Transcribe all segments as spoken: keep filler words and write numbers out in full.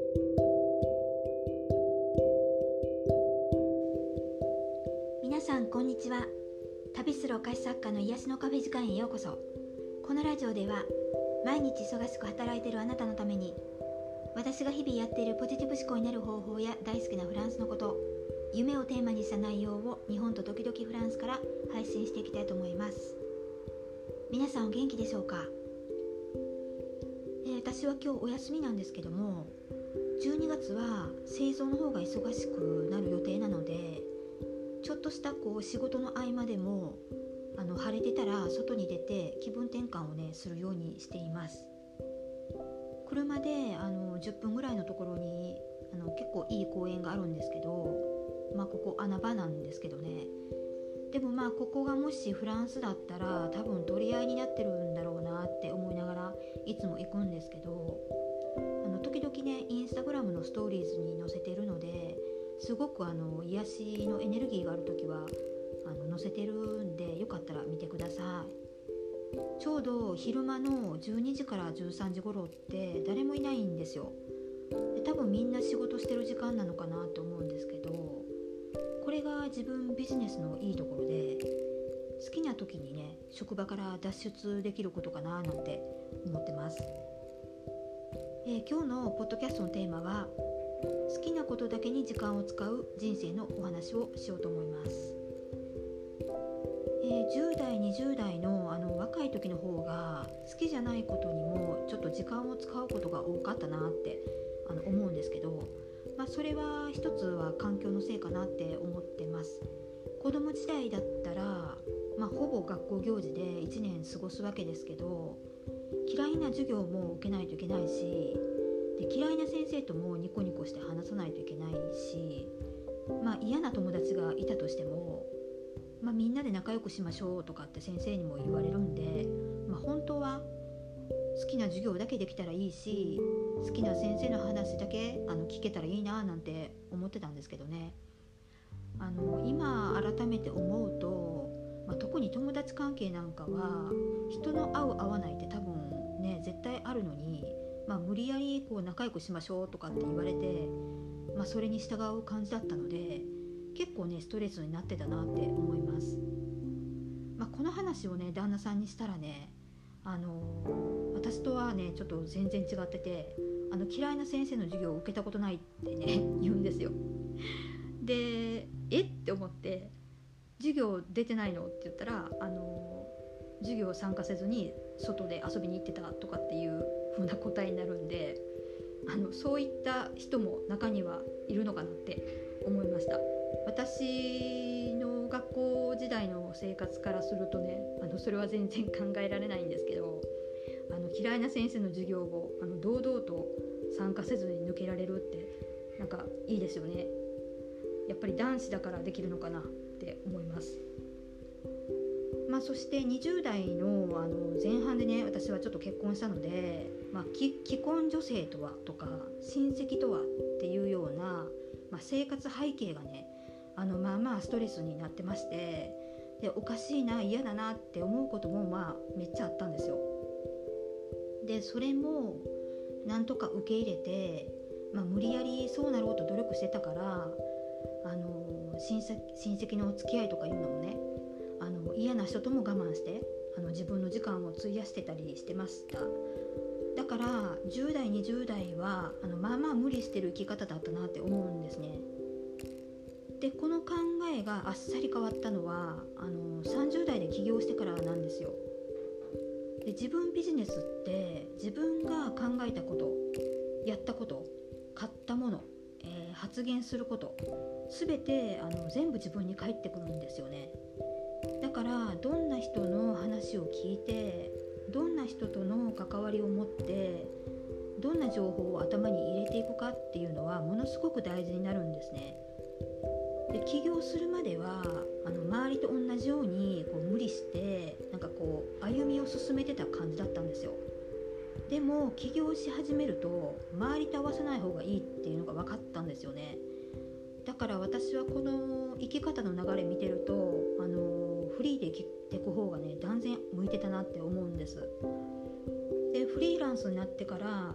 皆さんこんにちは。旅するお菓子作家の癒しのカフェ時間へようこそ。このラジオでは毎日忙しく働いているあなたのために、私が日々やっているポジティブ思考になる方法や大好きなフランスのこと、夢をテーマにした内容を日本と時々フランスから配信していきたいと思います。皆さんお元気でしょうか？えー、私は今日お休みなんですけども、じゅうにがつは製造の方が忙しくなる予定なので、ちょっとしたこう仕事の合間でもあの晴れてたら外に出て気分転換をねするようにしています。車であのじゅっぷんぐらいのところにあの結構いい公園があるんですけど、まあここ穴場なんですけどね。でもまあここがもしフランスだったら多分取り合いになってるんだろうなって思いながらいつも行くんですけど、あの時々ねインスタグラムのストーリーズに載せているので、すごくあの癒しのエネルギーがあるときはあの載せてるんで、よかったら見てください。ちょうど昼間のじゅうにじからじゅうさんじ頃って誰もいないんですよ。で多分みんな仕事してる時間なのかなと思うんですけど、これが自分ビジネスのいいところで、好きな時にね職場から脱出できることかななんて思ってます。えー、今日のポッドキャストのテーマは、好きなことだけに時間を使う人生のお話をしようと思います。えー、じゅう代にじゅう代 の, あの若い時の方が好きじゃないことにもちょっと時間を使うことが多かったなってあの思うんですけど、まあ、それは一つは環境のせいかなって思ってます。子供時代だったら、まあ、ほぼ学校行事でいちねん過ごすわけですけど、嫌いな授業も受けないといけないし、で嫌いな先生ともニコニコして話さないといけないし、まあ、嫌な友達がいたとしても、まあ、みんなで仲良くしましょうとかって先生にも言われるんで、まあ、本当は好きな授業だけできたらいいし、好きな先生の話だけあの聞けたらいいななんて思ってたんですけどね。あの今改めて思うと、まあ、特に友達関係なんかは人の合う合わないって多分ね絶対あるのに、まあ、無理やりこう仲良くしましょうとかって言われて、まあ、それに従う感じだったので、結構ねストレスになってたなって思います。まあ、この話をね旦那さんにしたらね、あのー、私とはねちょっと全然違ってて、あの嫌いな先生の授業を受けたことないってね言うんですよ。でえって思って、授業出てないのって言ったら、あのー、授業参加せずに外で遊びに行ってたとかっていう風な答えになるんで、あのそういった人も中にはいるのかなって思いました。私の学校時代の生活からするとね、あのそれは全然考えられないんですけど、あの嫌いな先生の授業をあの堂々と参加せずに抜けられるってなんかいいですよね。やっぱり男子だからできるのかなって思います。まあ、そしてにじゅう代 の, あの前半でね、私はちょっと結婚したので、まあ、既婚女性とはとか親戚とはっていうような、まあ、生活背景がね、あのまあまあストレスになってまして、でおかしいな嫌だなって思うこともまあめっちゃあったんですよ。でそれもなんとか受け入れて、まあ、無理やりそうなろうと努力してたから、あの 親, 戚親戚の付き合いとかいうのもね、あの嫌な人とも我慢してあの自分の時間を費やしてたりしてました。だからじゅう代にじゅう代はあのまあまあ無理してる生き方だったなって思うんですね。でこの考えがあっさり変わったのはあのさんじゅう代で起業してからなんですよ。で自分ビジネスって自分が考えたこと、やったこと、買ったもの、えー、発言すること、すべてあの全部自分に返ってくるんですよね。だからどんな人の話を聞いて、どんな人との関わりを持って、どんな情報を頭に入れていくかっていうのはものすごく大事になるんですね。で起業するまではあの周りと同じようにこう無理してなんかこう歩みを進めてた感じだったんですよ。でも起業し始めると周りと合わせない方がいいっていうのが分かったんですよね。だから私はこの生き方の流れ見てると、あのフリーで生きていく方がね断然向いてたなって思うんです。でフリーランスになってから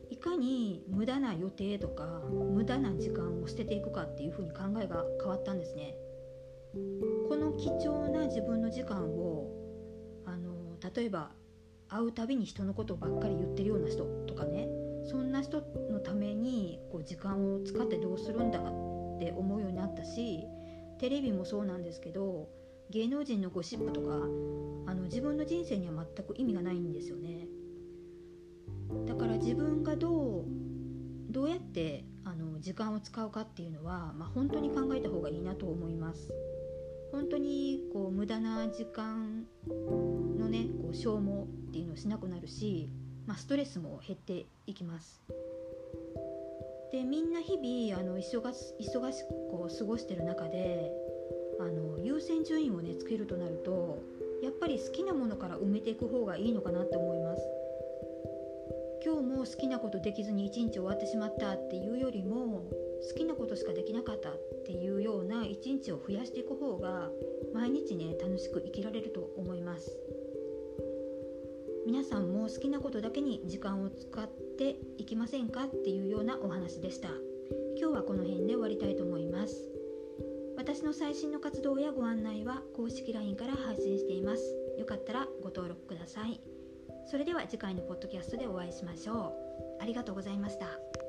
いかに無駄な予定とか無駄な時間を捨てていくかっていうふうに考えが変わったんですね。この貴重な自分の時間をあの例えば会うたびに人のことばっかり言ってるような人とかね、そんな人のためにこう時間を使ってどうするんだって思うようになったし、テレビもそうなんですけど、芸能人のゴシップとかあの自分の人生には全く意味がないんですよね。だから自分がどうどうやってあの時間を使うかっていうのは、まあ、本当に考えた方がいいなと思います。本当にこう無駄な時間のねこう消耗っていうのをしなくなるし、まあ、ストレスも減っていきます。でみんな日々あの忙し、忙しくこう過ごしてる中であの優先順位をねつけるとなると、やっぱり好きなものから埋めていく方がいいのかなって思います。今日も好きなことできずに一日終わってしまったっていうよりも、好きなことしかできなかったっていうような一日を増やしていく方が毎日ね楽しく生きられると思います。皆さんも好きなことだけに時間を使っていきませんかっていうようなお話でした。今日はこの辺で終わりたいと思います。私の最新の活動やご案内は公式 ライン から配信しています。よかったらご登録ください。それでは次回のポッドキャストでお会いしましょう。ありがとうございました。